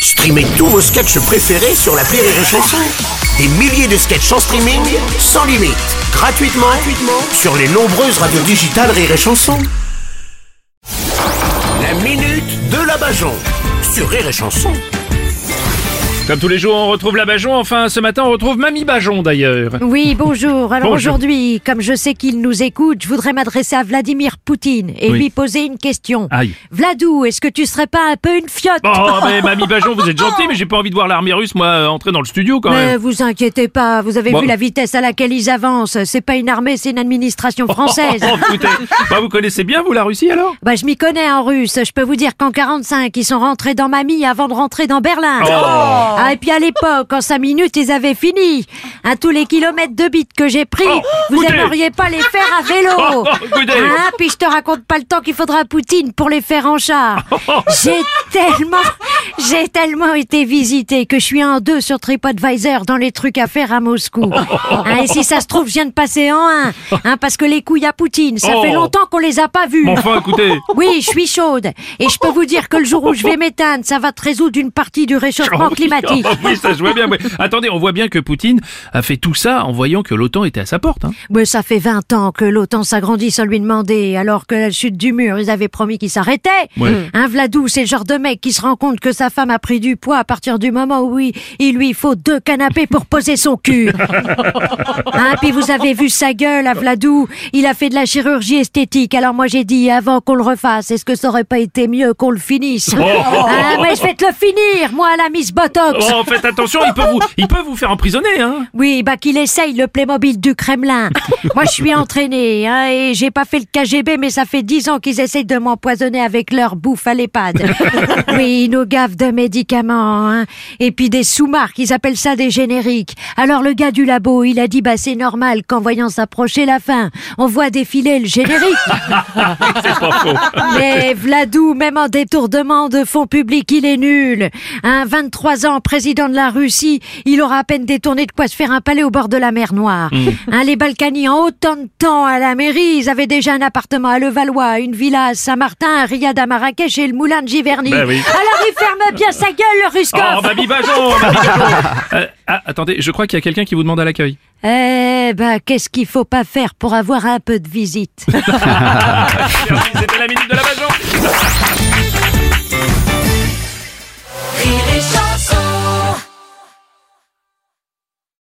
Streamez tous vos sketchs préférés sur l'appli Rire et Chanson. Des milliers de sketchs en streaming, sans limite, gratuitement sur les nombreuses radios digitales Rire et Chanson. La minute de la Bajon sur Rire et Chanson. Comme tous les jours, on retrouve la Bajon. Enfin, ce matin, on retrouve Mamie Bajon, d'ailleurs. Oui, bonjour. Alors Bonjour. Aujourd'hui, comme je sais qu'il nous écoute, je voudrais m'adresser à Vladimir Poutine et lui poser une question. Aïe. Vladou, est-ce que tu serais pas un peu une fiotte? Oh, mais Mamie Bajon, vous êtes gentil, mais j'ai pas envie de voir l'armée russe, moi, entrer dans le studio, quand Mais même. vous inquiétez pas, vous avez Bon. vu la vitesse à laquelle ils avancent. C'est pas une armée, c'est une administration française. Oh, écoutez, vous connaissez bien, vous, la Russie, alors? Bah, je m'y connais en russe. Je peux vous dire qu'en 45, ils sont rentrés dans Mamie avant de rentrer dans Berlin. Ah, et puis à l'époque, en 5 minutes, ils avaient fini. À tous les kilomètres de bits que j'ai pris, vous écoutez. aimeriez pas les faire à vélo. Écoutez. Hein, puis je te raconte pas le temps qu'il faudra à Poutine pour les faire en char. J'ai tellement été visité que je suis en 2 sur TripAdvisor dans les trucs à faire à Moscou. Hein, et si ça se trouve, je viens de passer en 1. Hein, parce que les couilles à Poutine, ça fait longtemps qu'on les a pas vues. Mais enfin, écoutez. Oui, je suis chaude. Et je peux vous dire que le jour où je vais m'éteindre, ça va te résoudre une partie du réchauffement climatique. Oui, ça je vois bien. Mais attendez, on voit bien que Poutine a fait tout ça en voyant que l'OTAN était à sa porte. Hein. Mais ça fait 20 ans que l'OTAN s'agrandit sans lui demander, alors que la chute du mur, ils avaient promis qu'ils s'arrêtaient. Ouais. Un Vladou, c'est le genre de mec qui se rend compte que sa femme a pris du poids à partir du moment où il lui faut 2 canapés pour poser son cul. Hein, puis vous avez vu sa gueule à Vladou, il a fait de la chirurgie esthétique. Alors moi j'ai dit, avant qu'on le refasse, est-ce que ça aurait pas été mieux qu'on le finisse? Hein, mais je vais te le finir, moi, la Miss Botox. Oh, faites attention, il peut vous faire emprisonner, hein. Oui, bah qu'il essaye le Playmobil du Kremlin. Moi, je suis entraînée, hein, et j'ai pas fait le KGB, mais ça fait 10 ans qu'ils essayent de m'empoisonner avec leur bouffe à l'EHPAD. Oui, ils nous gavent de médicaments, hein, et puis des sous-marques, ils appellent ça des génériques. Alors le gars du labo, il a dit, bah c'est normal qu'en voyant s'approcher la fin, on voit défiler le générique. C'est pas faux. Mais Vladou, même en détournement de fonds publics, il est nul. 23 ans, président de la Russie, il aura à peine détourné de quoi se faire un palais au bord de la mer Noire. Les Balkany, en autant de temps à la mairie, ils avaient déjà un appartement à Levallois, une villa à Saint-Martin, un riad à Marrakech et le moulin de Giverny. Ben oui. Alors il ferme bien sa gueule, le Ruskov. Oh, Mamie Bajon, Mamie Bajon. Attendez, je crois qu'il y a quelqu'un qui vous demande à l'accueil. Qu'est-ce qu'il faut pas faire pour avoir un peu de visite? Merci, c'était la minute de la Bajon.